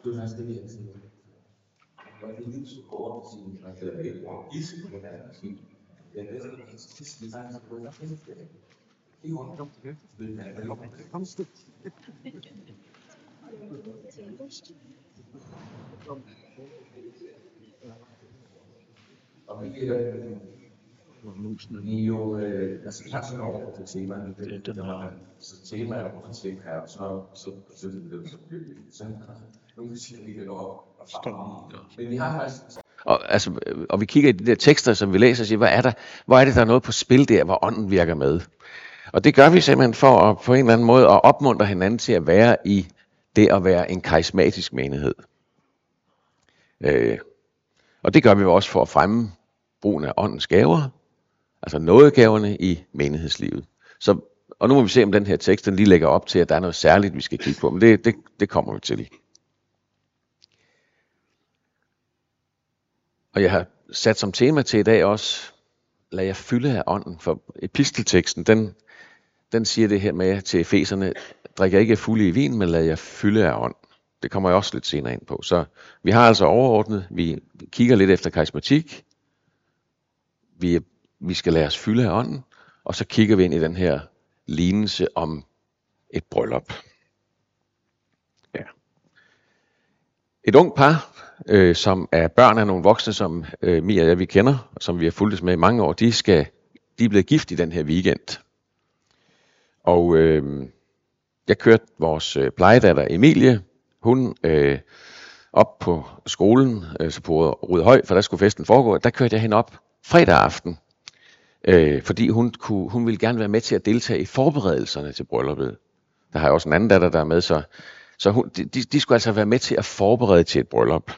Du hast die jetzt nicht. Weil die nicht so groß sind, als der Weg war. Diese Modelle sind. Der wäre jetzt fest gesagt, dass du das nicht wäre. Die Hunde will der Locken. Kommst du? Aber hier Nio, das Klassenort Thema, das Thema auf dem Thema, så det men vi har faktisk. Og vi kigger i de der tekster, som vi læser, og siger, hvor er det, der er noget på spil der, hvor ånden virker med. Og det gør vi simpelthen for at på en eller anden måde at opmuntre hinanden til at være i det at være en karismatisk menighed. Og det gør vi også for at fremme brugen af åndens gaver, altså nådegaverne i menighedslivet. Og nu må vi se, om den her tekst den lige lægger op til, at der er noget særligt, vi skal kigge på, men det kommer vi til. Og jeg har sat som tema til i dag også, lad jer fylde af ånden, for epistelteksten, den siger det her med til efeserne, drik jer ikke fulde i vin, men lad jer fylde af ånd. Det kommer jeg også lidt senere ind på. Så vi har altså overordnet, vi kigger lidt efter karismatik, vi skal lade os fylde af ånden, og så kigger vi ind i den her lignelse om et bryllup. Ja. Et ung par, som er børn af nogle voksne, som Mia og jeg vi kender, og som vi har fulgtes med i mange år, de er blevet gift i den her weekend. Og jeg kørte vores plejedatter Emilie, hun op på skolen, så på Rudehøj, for der skulle festen foregå, der kørte jeg hende op fredag aften, fordi hun ville gerne være med til at deltage i forberedelserne til brylluppet. Der har jeg også en anden datter, der er med, så de skulle altså være med til at forberede til et bryllup.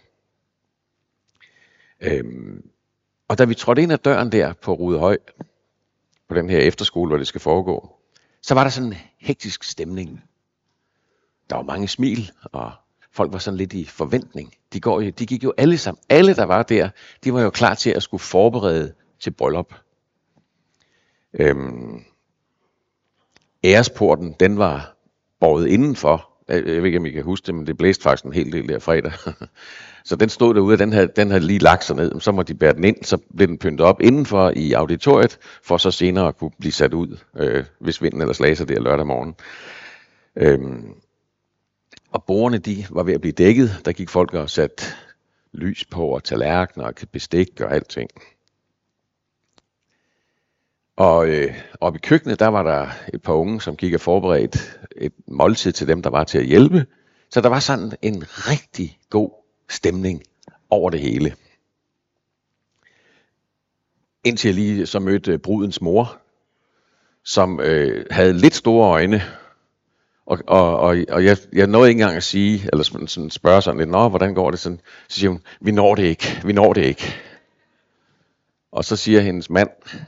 Og da vi trådte ind ad døren der på Rudehøj, på den her efterskole, hvor det skal foregå, så var der sådan en hektisk stemning. Der var mange smil, og folk var sådan lidt i forventning. De gik jo alle sammen. Alle, der var der, de var jo klar til at skulle forberede til bryllup. Æresporten, den var båret indenfor. Jeg ved ikke, om I kan huske det, men det blæste faktisk en hel del der fredag. Så den stod derude, og den havde lige lagt sig ned. Så må de bære den ind, så blev den pyntet op indenfor i auditoriet, for så senere at kunne blive sat ud, hvis vinden ellers lagde sig der lørdag morgen. Og bordene, de var ved at blive dækket. Der gik folk og satte lys på, og tallerkener, og bestik og alting. Og oppe i køkkenet, der var der et par unge, som gik og forberedte et måltid til dem, der var til at hjælpe. Så der var sådan en rigtig god stemning over det hele. Indtil jeg lige så mødte brudens mor, som havde lidt store øjne. Og jeg nåede ikke engang at sige, eller sådan spørge sådan lidt, hvordan går det? Så siger hun, vi når det ikke. Og så siger hendes mand,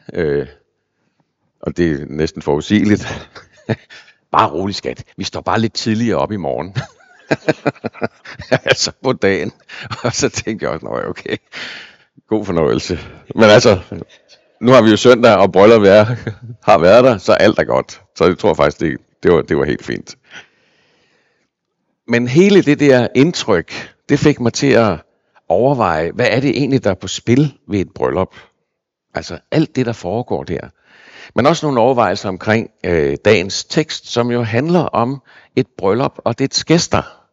og det er næsten forudsigeligt, bare rolig skat, vi står bare lidt tidligere op i morgen. Altså på dagen. Og så tænkte jeg også, okay, god fornøjelse. Men altså, nu har vi jo søndag, og bryllup har været der, så alt er godt. Så jeg tror faktisk, det var helt fint. Men hele det der indtryk, det fik mig til at overveje, hvad er det egentlig, der er på spil ved et bryllup? Altså alt det, der foregår der. Men også nogle overvejelser omkring dagens tekst, som jo handler om et bryllup og dets gæster.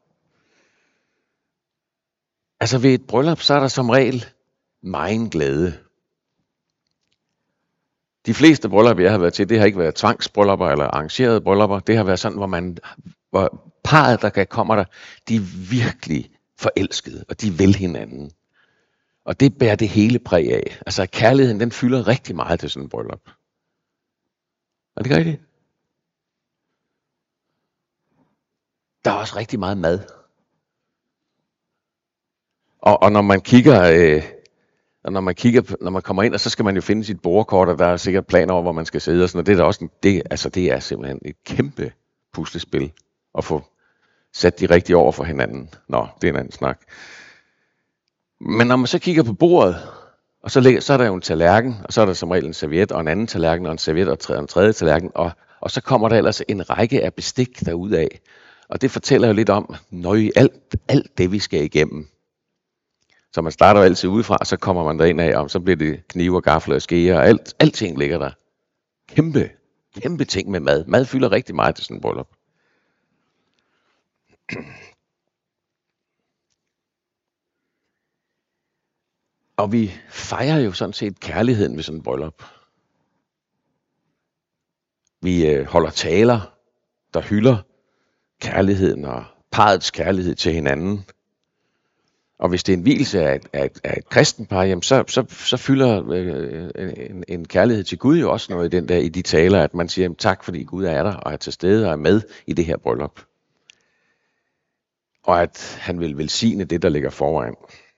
Altså ved et bryllup, så er der som regel megen glæde. De fleste bryllupper, jeg har været til, det har ikke været tvangsbryllupper eller arrangerede bryllupper. Det har været sådan, hvor parret, der kommer der, de er virkelig forelskede, og de vil hinanden. Og det bærer det hele præg af. Altså kærligheden, den fylder rigtig meget til sådan en bryllup. Er det ikke rigtigt? Der er også rigtig meget mad. Og når man kommer ind, og så skal man jo finde sit bordkort, og der er sikkert planer over, hvor man skal sidde og sådan, og det er der også det er simpelthen et kæmpe puslespil at få sat de rigtige over for hinanden. Nå, det er en anden snak. Men når man så kigger på bordet, og så er der jo en tallerken, og så er der som regel en serviet, og en anden tallerken, og en serviet, og en tredje tallerken, og så kommer der ellers en række af bestik derudad. Og det fortæller jo lidt om, alt det vi skal igennem. Så man starter jo altid udefra, og så kommer man derind af, og så bliver det knive og gafler og skeer, og alting ligger der. Kæmpe ting med mad. Mad fylder rigtig meget til sådan en bryllup. Og vi fejrer jo sådan set kærligheden ved sådan en bryllup. Vi holder taler, der hylder kærligheden og parrets kærlighed til hinanden. Og hvis det er en vielse af et kristent par, jamen så fylder en kærlighed til Gud jo også noget i de taler, at man siger, jamen, tak fordi Gud er der og er til stede og er med i det her bryllup. Og at han vil velsigne det, der ligger foran.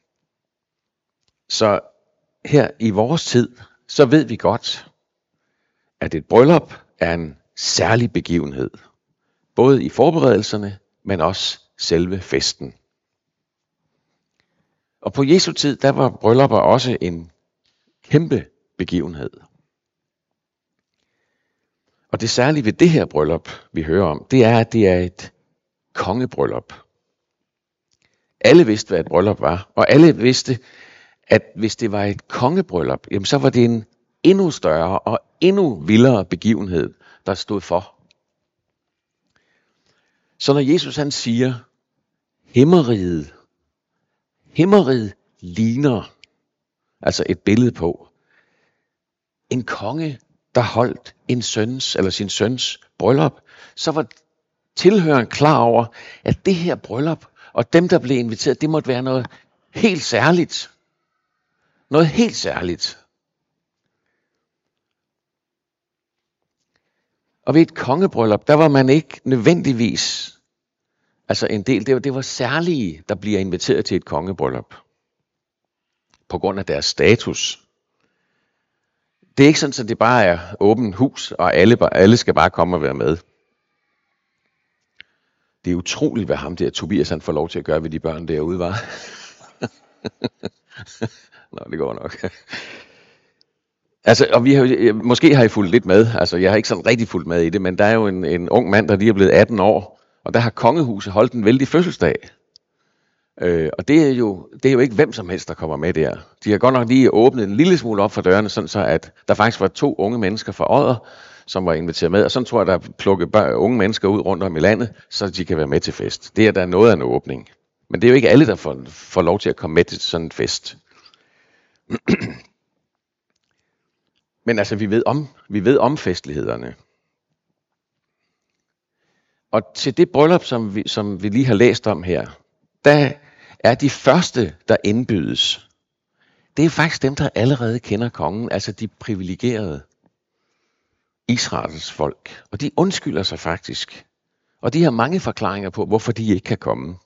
Så her i vores tid, så ved vi godt, at et bryllup er en særlig begivenhed. Både i forberedelserne, men også selve festen. Og på Jesu tid, der var bryllupper også en kæmpe begivenhed. Og det særlige ved det her bryllup, vi hører om, det er, at det er et kongebryllup. Alle vidste, hvad et bryllup var, og alle vidste, at hvis det var et kongebryllup, jamen så var det en endnu større og endnu vildere begivenhed, der stod for. Så når Jesus han siger, himmeriget ligner, altså et billede på, en konge, der holdt sin søns bryllup, så var tilhøreren klar over, at det her bryllup, og dem, der blev inviteret, det måtte være noget helt særligt. Noget helt særligt. Og ved et kongebryllup, der var man ikke nødvendigvis, altså en del, det var særlige, der bliver inviteret til et kongebryllup. På grund af deres status. Det er ikke sådan, at det bare er åbent hus, og alle skal bare komme og være med. Det er utroligt, hvad ham der Tobias han får lov til at gøre ved de børn derude, var. Nå, det går nok. Altså, og måske har I fulgt lidt med. Altså, jeg har ikke sådan rigtig fulgt med i det, men der er jo en ung mand, der lige er blevet 18 år, og der har kongehuset holdt en vældig fødselsdag. Og det er jo ikke hvem som helst, der kommer med der. De har godt nok lige åbnet en lille smule op for dørene, sådan så at der faktisk var 2 unge mennesker fra Odder, som var inviteret med. Og sådan tror jeg, der er plukket unge mennesker ud rundt om i landet, så de kan være med til fest. Det er der noget af en åbning. Men det er jo ikke alle, der får lov til at komme med til sådan en fest. Men altså, vi ved om festlighederne. Og til det bryllup, som vi lige har læst om her, der er de første, der indbydes. Det er faktisk dem, der allerede kender kongen, altså de privilegerede Israels folk. Og de undskylder sig faktisk. Og de har mange forklaringer på, hvorfor de ikke kan komme.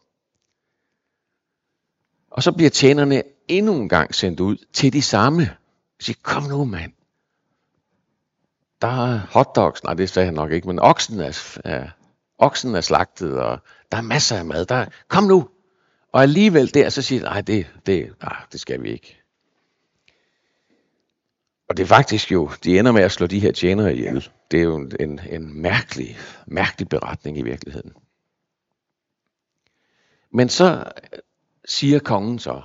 Og så bliver tjenerne endnu en gang sendt ud til de samme. De siger, kom nu mand. Der er hotdogs, nej det sagde han nok ikke, men oksen er slagtet, og der er masser af mad. Kom nu. Og alligevel der, så siger nej, det skal vi ikke. Og det er faktisk jo, de ender med at slå de her tjenere ihjel. Det er jo en mærkelig beretning i virkeligheden. Men så siger kongen så,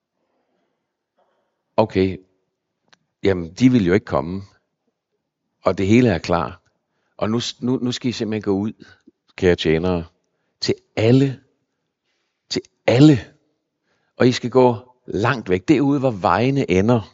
okay, jamen de vil jo ikke komme, og det hele er klar. Og nu skal I simpelthen gå ud, kære tjenere, til alle. Og I skal gå langt væk, derude hvor vejene ender.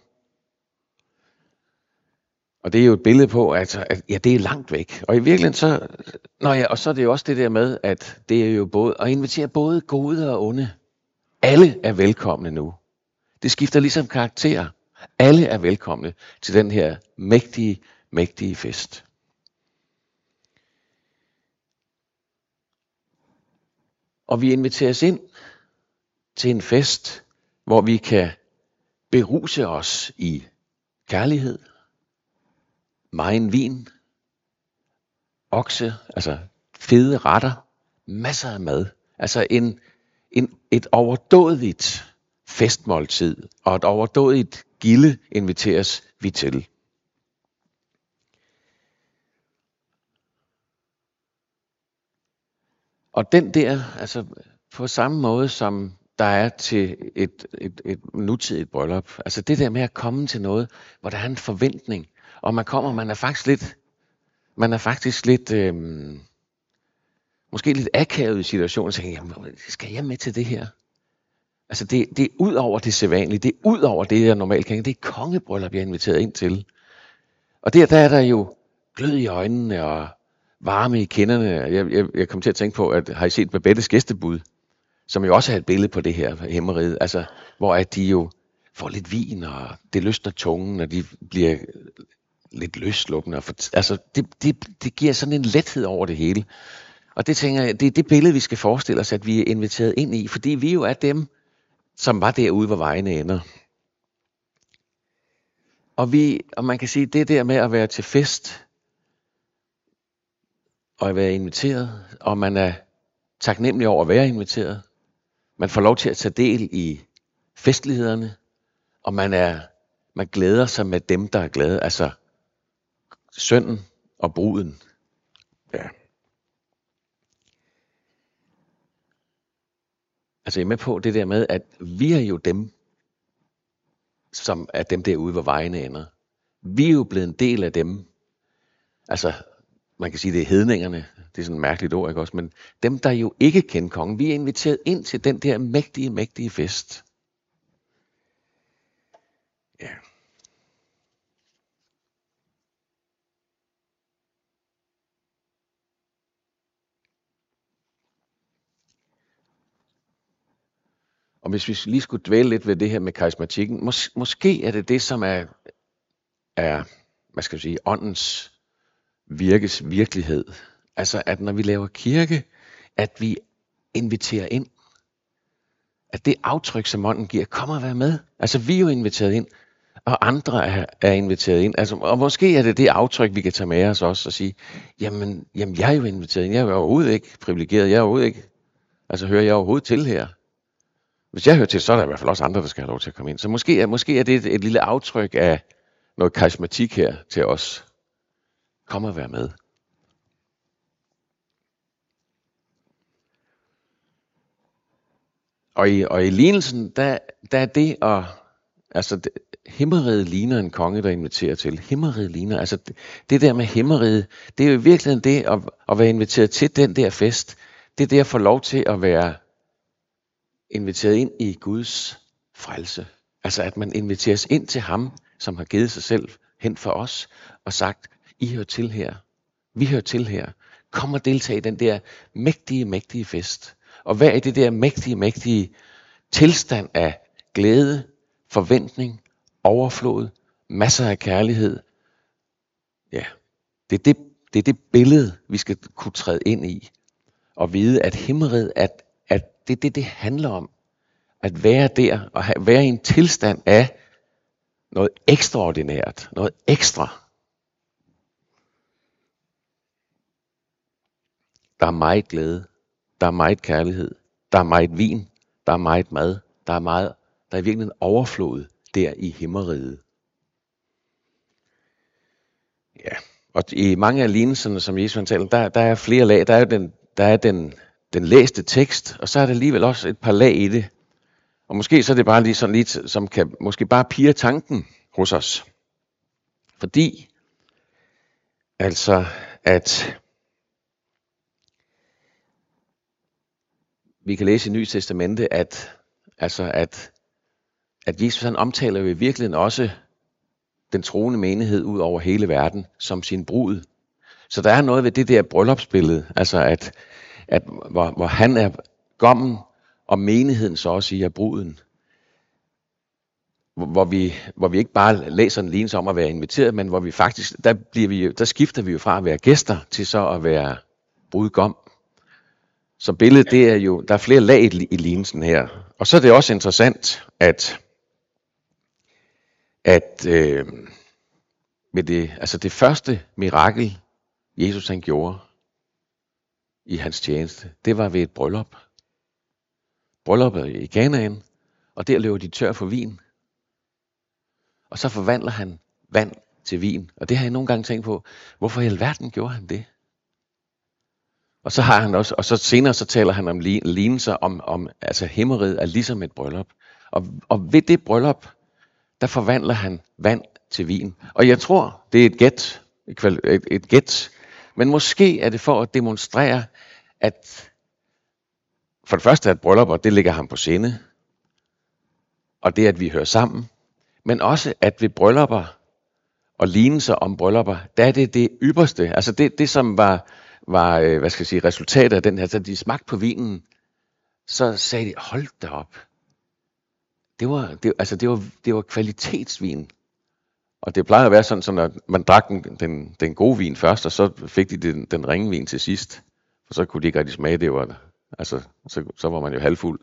Og det er jo et billede på, at ja, det er langt væk. Og i virkeligheden så, og så er det jo også det der med, at det er jo både at invitere både gode og onde. Alle er velkomne nu. Det skifter ligesom karakter. Alle er velkomne til den her mægtige fest. Og vi inviteres ind til en fest, hvor vi kan beruse os i kærlighed, megen vin, okse, altså fede retter, masser af mad. Altså et overdådigt festmåltid og et overdådigt gilde inviteres vi til. Og den der, altså på samme måde som der er til et nutidigt bryllup, altså det der med at komme til noget, hvor der er en forventning, og man er faktisk lidt, måske lidt akavet i situationen, så tænker jeg, jamen, skal jeg med til det her? Altså det er ud over det sædvanlige, det er ud over det, jeg normalt kender, det er kongebryllup, jeg er inviteret ind til. Og der er der jo glød i øjnene og varme i kinderne. Jeg kom til at tænke på, at har I set Babettes gæstebud, som jo også er et billede på det her himmeriget, altså hvor at de jo får lidt vin, og det løsner tungen, og de bliver lidt løslukkende. Altså det giver sådan en lethed over det hele. Og det tænker jeg, det er det billede, vi skal forestille os, at vi er inviteret ind i, fordi vi jo er dem, som var derude, hvor vejene ender. Og man kan sige, det der med at være til fest, og at være inviteret, og man er taknemmelig over at være inviteret. Man får lov til at tage del i festlighederne, og man glæder sig med dem, der er glade, altså sønnen og bruden. Ja. Altså jeg er med på det der med, at vi er jo dem, som er dem derude, hvor vejene ender. Vi er jo blevet en del af dem. Altså, man kan sige, det er hedningerne. Det er sådan et mærkeligt ord, ikke også? Men dem, der jo ikke kender kongen, vi er inviteret ind til den der mægtige fest. Ja. Og hvis vi lige skulle dvæle lidt ved det her med karismatikken, måske er det det, som er hvad skal jeg sige, åndens virkes virkelighed. Altså, at når vi laver kirke, at vi inviterer ind. At det aftryk, som ånden giver, kom og vær med. Altså, vi er jo inviteret ind, og andre er inviteret ind. Altså, og måske er det det aftryk, vi kan tage med os også og sige, jamen jeg er jo inviteret ind. Jeg er jo overhovedet ikke privilegeret. Jeg er overhovedet ikke, altså hører jeg overhovedet til her. Hvis jeg hører til, så er der i hvert fald også andre, der skal have lov til at komme ind. Så måske er det et lille aftryk af noget karismatik her til os. Kom og vær med. Og i lignelsen, der er det at, altså himmeriget ligner en konge, der inviterer til. Himmeriget ligner, altså det der med himmeriget, det er jo i virkeligheden det at være inviteret til den der fest. Det er det at få lov til at være inviteret ind i Guds frelse. Altså at man inviteres ind til ham, som har givet sig selv hen for os, og sagt, I hører til her. Vi hører til her. Kom og deltag i den der mægtige fest. Og hvad er det der mægtige tilstand af glæde, forventning, overflod, masser af kærlighed. Ja, det er det billede, vi skal kunne træde ind i. Og vide, at himmeriget, at det handler om. At være der, og være i en tilstand af noget ekstraordinært, noget ekstra. Der er meget glæde, der er meget kærlighed, der er meget vin, der er meget mad, der er virkelig en overflod der i himmeriget. Ja, og i mange af lignelserne, som Jesus taler, der er flere lag. Der er den læste tekst, og så er der alligevel også et par lag i det. Og måske så er det bare lige sådan lidt, som kan måske bare pirre tanken hos os. Fordi, altså, at vi kan læse i Nye Testamente, at Jesus han omtaler jo i virkeligheden også den troende menighed ud over hele verden som sin brud. Så der er noget ved det der bryllupsbillede, altså at hvor han er gommen, og menigheden så også er bruden. Hvor vi ikke bare læser en lignelse om at være inviteret, men hvor vi faktisk, der skifter vi jo fra at være gæster til så at være brudgom. Så billedet, det er jo, der er flere lag i lignelsen her. Og så er det også interessant, at med det første mirakel, Jesus han gjorde i hans tjeneste, det var ved et bryllup. Brylluppet i Kanaan, og der løber de tør for vin. Og så forvandler han vand til vin. Og det har jeg nogle gange tænkt på, hvorfor i alverden gjorde han det? Og så har han også, og så senere så taler han om lignelser om altså himmeriget er ligesom et bryllup. Og ved det bryllup, der forvandler han vand til vin. Og jeg tror, det er et gæt, men måske er det for at demonstrere, at for det første at bryllupper, det ligger ham på sinde, og det at vi hører sammen, men også at ved bryllupper og lignelser om bryllupper, der er det ypperste, altså det som var hvad skal jeg sige, resultatet af den her, så de smagte på vinen, så sagde de, hold da op. Det var kvalitetsvin. Og det plejer at være sådan, at man drak den gode vin først, og så fik de den ringe vin til sidst. For så kunne de ikke rigtig smage det. Så var man jo halvfuld.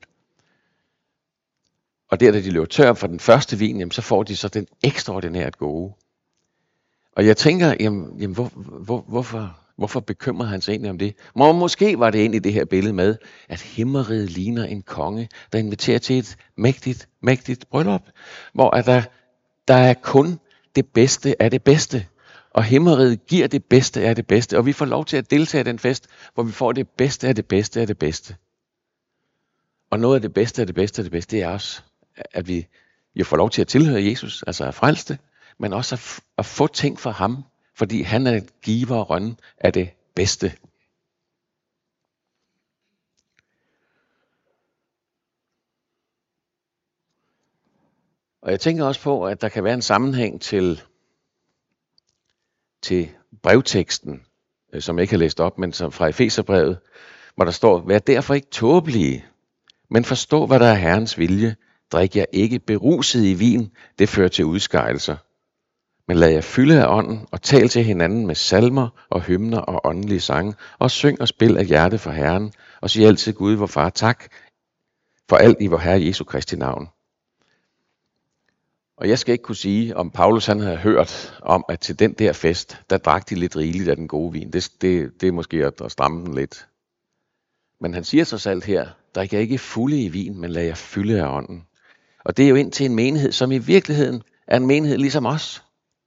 Og da de løb tør for den første vin, jamen, så får de så den ekstraordinært gode. Og jeg tænker, jamen hvorfor bekymrer han sig egentlig om det? Måske var det egentlig det her billede med, at himmeriget ligner en konge, der inviterer til et mægtigt bryllup, hvor der er kun det bedste af det bedste. Og himmeriget giver det bedste af det bedste, og vi får lov til at deltage i den fest, hvor vi får det bedste af det bedste af det bedste. Og noget af det bedste af det bedste af det bedste, det er også, at vi får lov til at tilhøre Jesus, altså at frelste, men også at få ting fra ham, fordi han er et giver og rønne af det bedste. Og jeg tænker også på, at der kan være en sammenhæng til brevteksten, som jeg ikke har læst op, men som fra Efeserbrevet, hvor der står, vær derfor ikke tåbelige, men forstå, hvad der er Herrens vilje. Drik jer ikke beruset i vin, det fører til udskejelser. Men lad jer fylde af ånden og tal til hinanden med salmer og hymner og åndelige sange, og syng og spil af hjerte for Herren, og sig altid Gud, vor Far, tak for alt i vor Herre Jesu Kristi navn. Og jeg skal ikke kunne sige, om Paulus han havde hørt om, at til den der fest, der drak de lidt rigeligt af den gode vin. Det er måske at stramme den lidt. Men han siger trods alt her, drik jer ikke fulde i vin, men lad jer fylde af ånden. Og det er jo ind til en menighed, som i virkeligheden er en menighed ligesom os.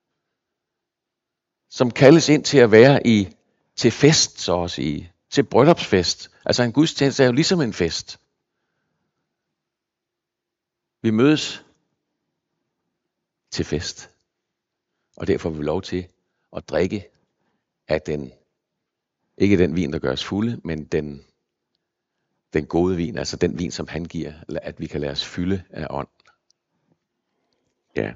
Som kaldes ind til at være til fest, så at sige. Til bryllupsfest. Altså en gudstjeneste er jo ligesom en fest. Vi mødes til fest. Og derfor får vi lov til at drikke af ikke den vin, der gør os fulde, men den gode vin, altså den vin, som han giver, at vi kan lade os fylde af ånd. Ja.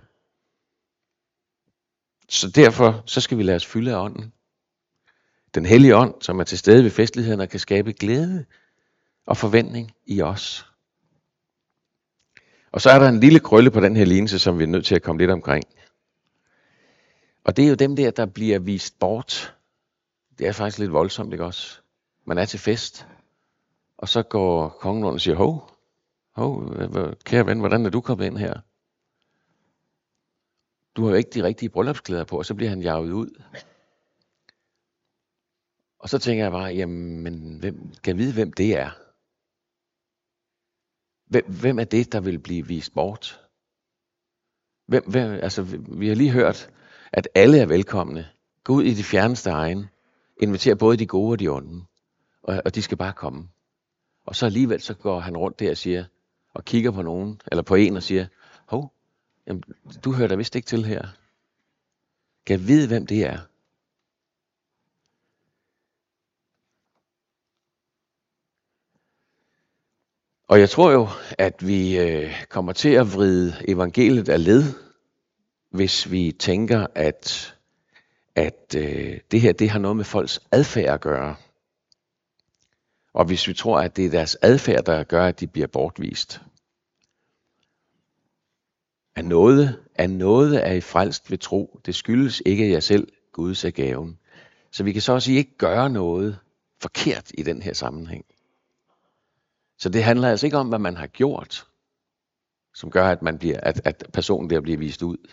Så derfor, så skal vi lade os fylde af ånden. Den hellige ånd, som er til stede ved festlighederne, kan skabe glæde og forventning i os. Og så er der en lille krølle på den her lignelse, som vi er nødt til at komme lidt omkring. Og det er jo dem der bliver vist bort. Det er faktisk lidt voldsomt, ikke også? Man er til fest, og så går kongen rundt og siger, hov, kære ven, hvordan er du kommet ind her? Du har jo ikke de rigtige bryllupsklæder på, og så bliver han jaget ud. Og så tænker jeg bare, jamen, kan jeg vide, hvem det er? Hvem er det, der vil blive vist bort? Altså, vi har lige hørt, at alle er velkomne. Gå ud i de fjerneste egen. Inviter både de gode og de onde. Og de skal bare komme. Og så alligevel så går han rundt der og siger, og kigger på nogen, eller på en og siger, hov, jamen, du hører da vist ikke til her. Kan jeg vide, hvem det er? Og jeg tror jo, at vi kommer til at vride evangeliet af led, hvis vi tænker, at det her det har noget med folks adfærd at gøre. Og hvis vi tror, at det er deres adfærd, der gør, at de bliver bortvist. Af noget er I frelst ved tro. Det skyldes ikke af jer selv, Guds er gaven. Så vi kan så også ikke gøre noget forkert i den her sammenhæng. Så det handler altså ikke om, hvad man har gjort, som gør, at personen der bliver vist ud.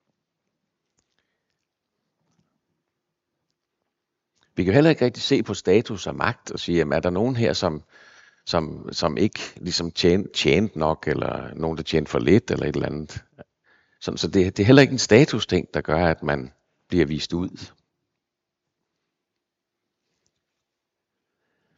Vi kan heller ikke rigtig se på status og magt og sige, jamen, er der nogen her, som ikke ligesom tjente nok, eller nogen, der tjente for lidt, eller et eller andet. Så det er heller ikke en status-ting, der gør, at man bliver vist ud.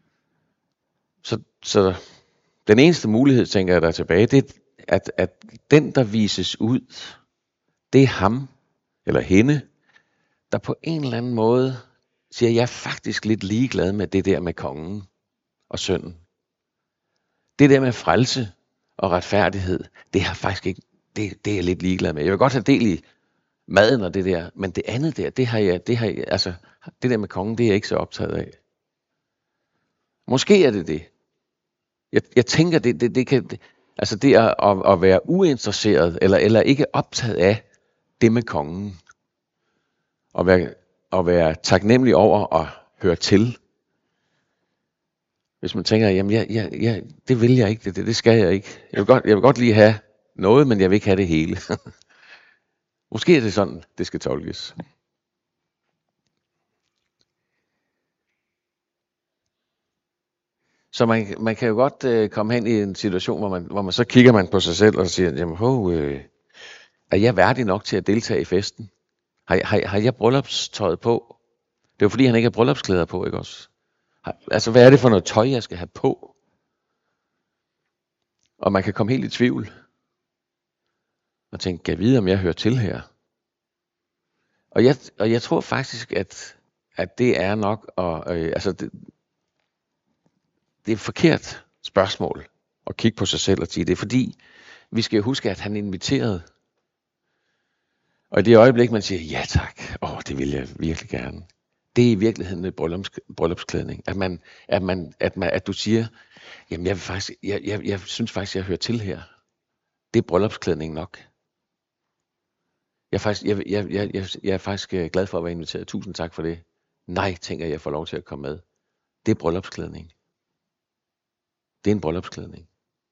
Så den eneste mulighed, tænker jeg, der er tilbage, det er, at den, der vises ud, det er ham eller hende, der på en eller anden måde siger, jeg er faktisk lidt ligeglad med det der med kongen og sønnen. Det der med frelse og retfærdighed, det har faktisk ikke, det er jeg lidt ligeglad med. Jeg vil godt have del i maden og det der, men det andet der, altså det der med kongen, det er jeg ikke så optaget af. Måske er det det. Jeg tænker, det kan, altså det at være uinteresseret eller ikke optaget af det med kongen, og være taknemmelig over at høre til. Hvis man tænker, jamen det vil jeg ikke, det skal jeg ikke. Jeg vil godt lige have noget, men jeg vil ikke have det hele. Måske er det sådan, det skal tolkes. Så man kan jo godt komme hen i en situation, hvor man så kigger man på sig selv og siger, jamen er jeg værdig nok til at deltage i festen? Har jeg bryllupstøjet på? Det er jo fordi, han ikke har bryllupsklæder på, ikke også? Altså, hvad er det for noget tøj, jeg skal have på? Og man kan komme helt i tvivl. Og tænke, kan jeg vide, om jeg hører til her? Og jeg tror faktisk, at det er nok, det er et forkert spørgsmål at kigge på sig selv og sige, det er fordi, vi skal jo huske, at han inviterede. Og i det øjeblik, man siger, ja tak, det vil jeg virkelig gerne. Det er i virkeligheden med bryllupsklædning. At du siger, jamen jeg synes faktisk, jeg hører til her. Det er bryllupsklædning nok. Jeg er faktisk glad for at være inviteret. Tusind tak for det. Nej, tænker jeg får lov til at komme med. Det er bryllupsklædning. Det er en bryllupsklædning.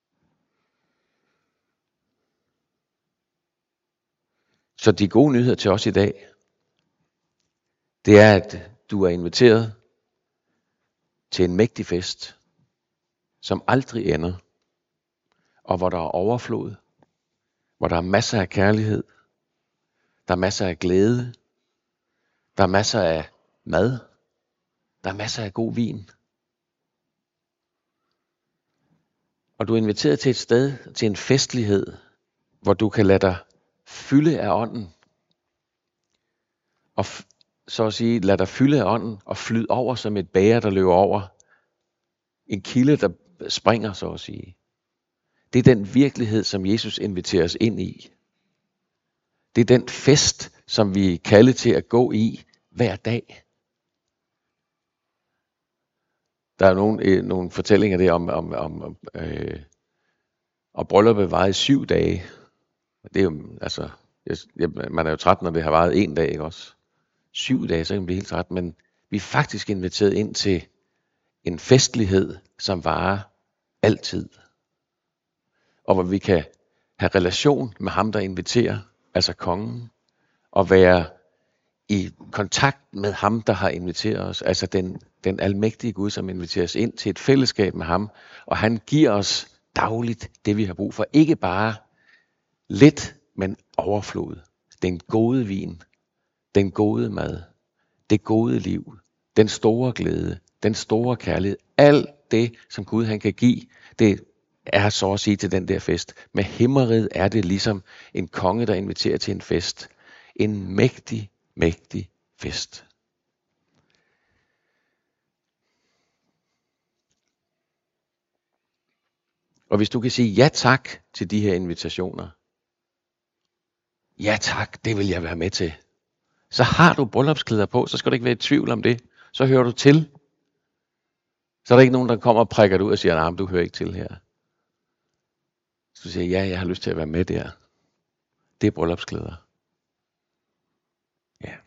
Så de gode nyheder til os i dag, det er, at du er inviteret til en mægtig fest, som aldrig ender, og hvor der er overflod, hvor der er masser af kærlighed, der er masser af glæde, der er masser af mad, der er masser af god vin. Og du er inviteret til et sted, til en festlighed, hvor du kan lade dig fylde af ånden, og så at sige, lad dig fylde af ånden og flyde over som et bæger, der løber over. En kilde, der springer, så at sige. Det er den virkelighed, som Jesus inviterer os ind i. Det er den fest, som vi er kaldet til at gå i hver dag. Der er nogle fortællinger der om brylluppet varede i 7 dage. Det er jo, altså, man er jo træt, når det har varet 1 dag, ikke også? 7 dage, så kan man blive helt træt, men vi er faktisk inviteret ind til en festlighed, som varer altid. Og hvor vi kan have relation med ham, der inviterer, altså kongen, og være i kontakt med ham, der har inviteret os, altså den almægtige Gud, som inviterer os ind til et fællesskab med ham, og han giver os dagligt det, vi har brug for. Ikke bare lidt, men overflod. Den gode vin, den gode mad, det gode liv, den store glæde, den store kærlighed, alt det, som Gud han kan give, det er så at sige til den der fest. Med himmeriget er det ligesom en konge, der inviterer til en fest. En mægtig, mægtig fest. Og hvis du kan sige ja tak til de her invitationer, ja tak, det vil jeg være med til. Så har du bryllupsklæder på, så skal du ikke være i tvivl om det. Så hører du til. Så er der ikke nogen, der kommer og prikker dig ud og siger, nej, du hører ikke til her. Så du siger, ja, jeg har lyst til at være med der. Det er bryllupsklæder. Ja.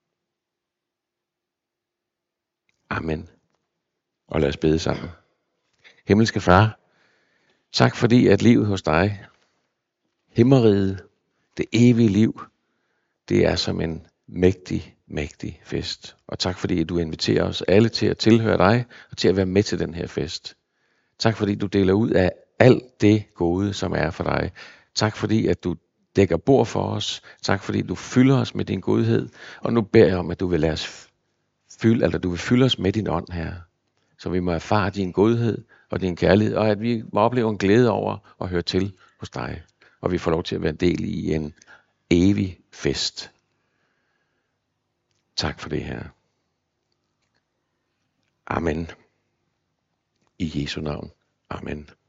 Amen. Og lad os bede sammen. Himmelske Far, tak fordi at livet hos dig, himmeriget, det evige liv, det er som en mægtig, mægtig fest. Og tak fordi du inviterer os alle til at tilhøre dig og til at være med til den her fest. Tak fordi du deler ud af alt det gode, som er for dig. Tak fordi at du dækker bord for os. Tak fordi du fylder os med din godhed. Og nu beder jeg om, at du vil lade os du vil fylde os med din ånd her. Så vi må erfare din godhed, og din kærlighed, og at vi må opleve en glæde over at høre til hos dig, og vi får lov til at være en del i en evig fest. Tak for det her. Amen. I Jesu navn. Amen.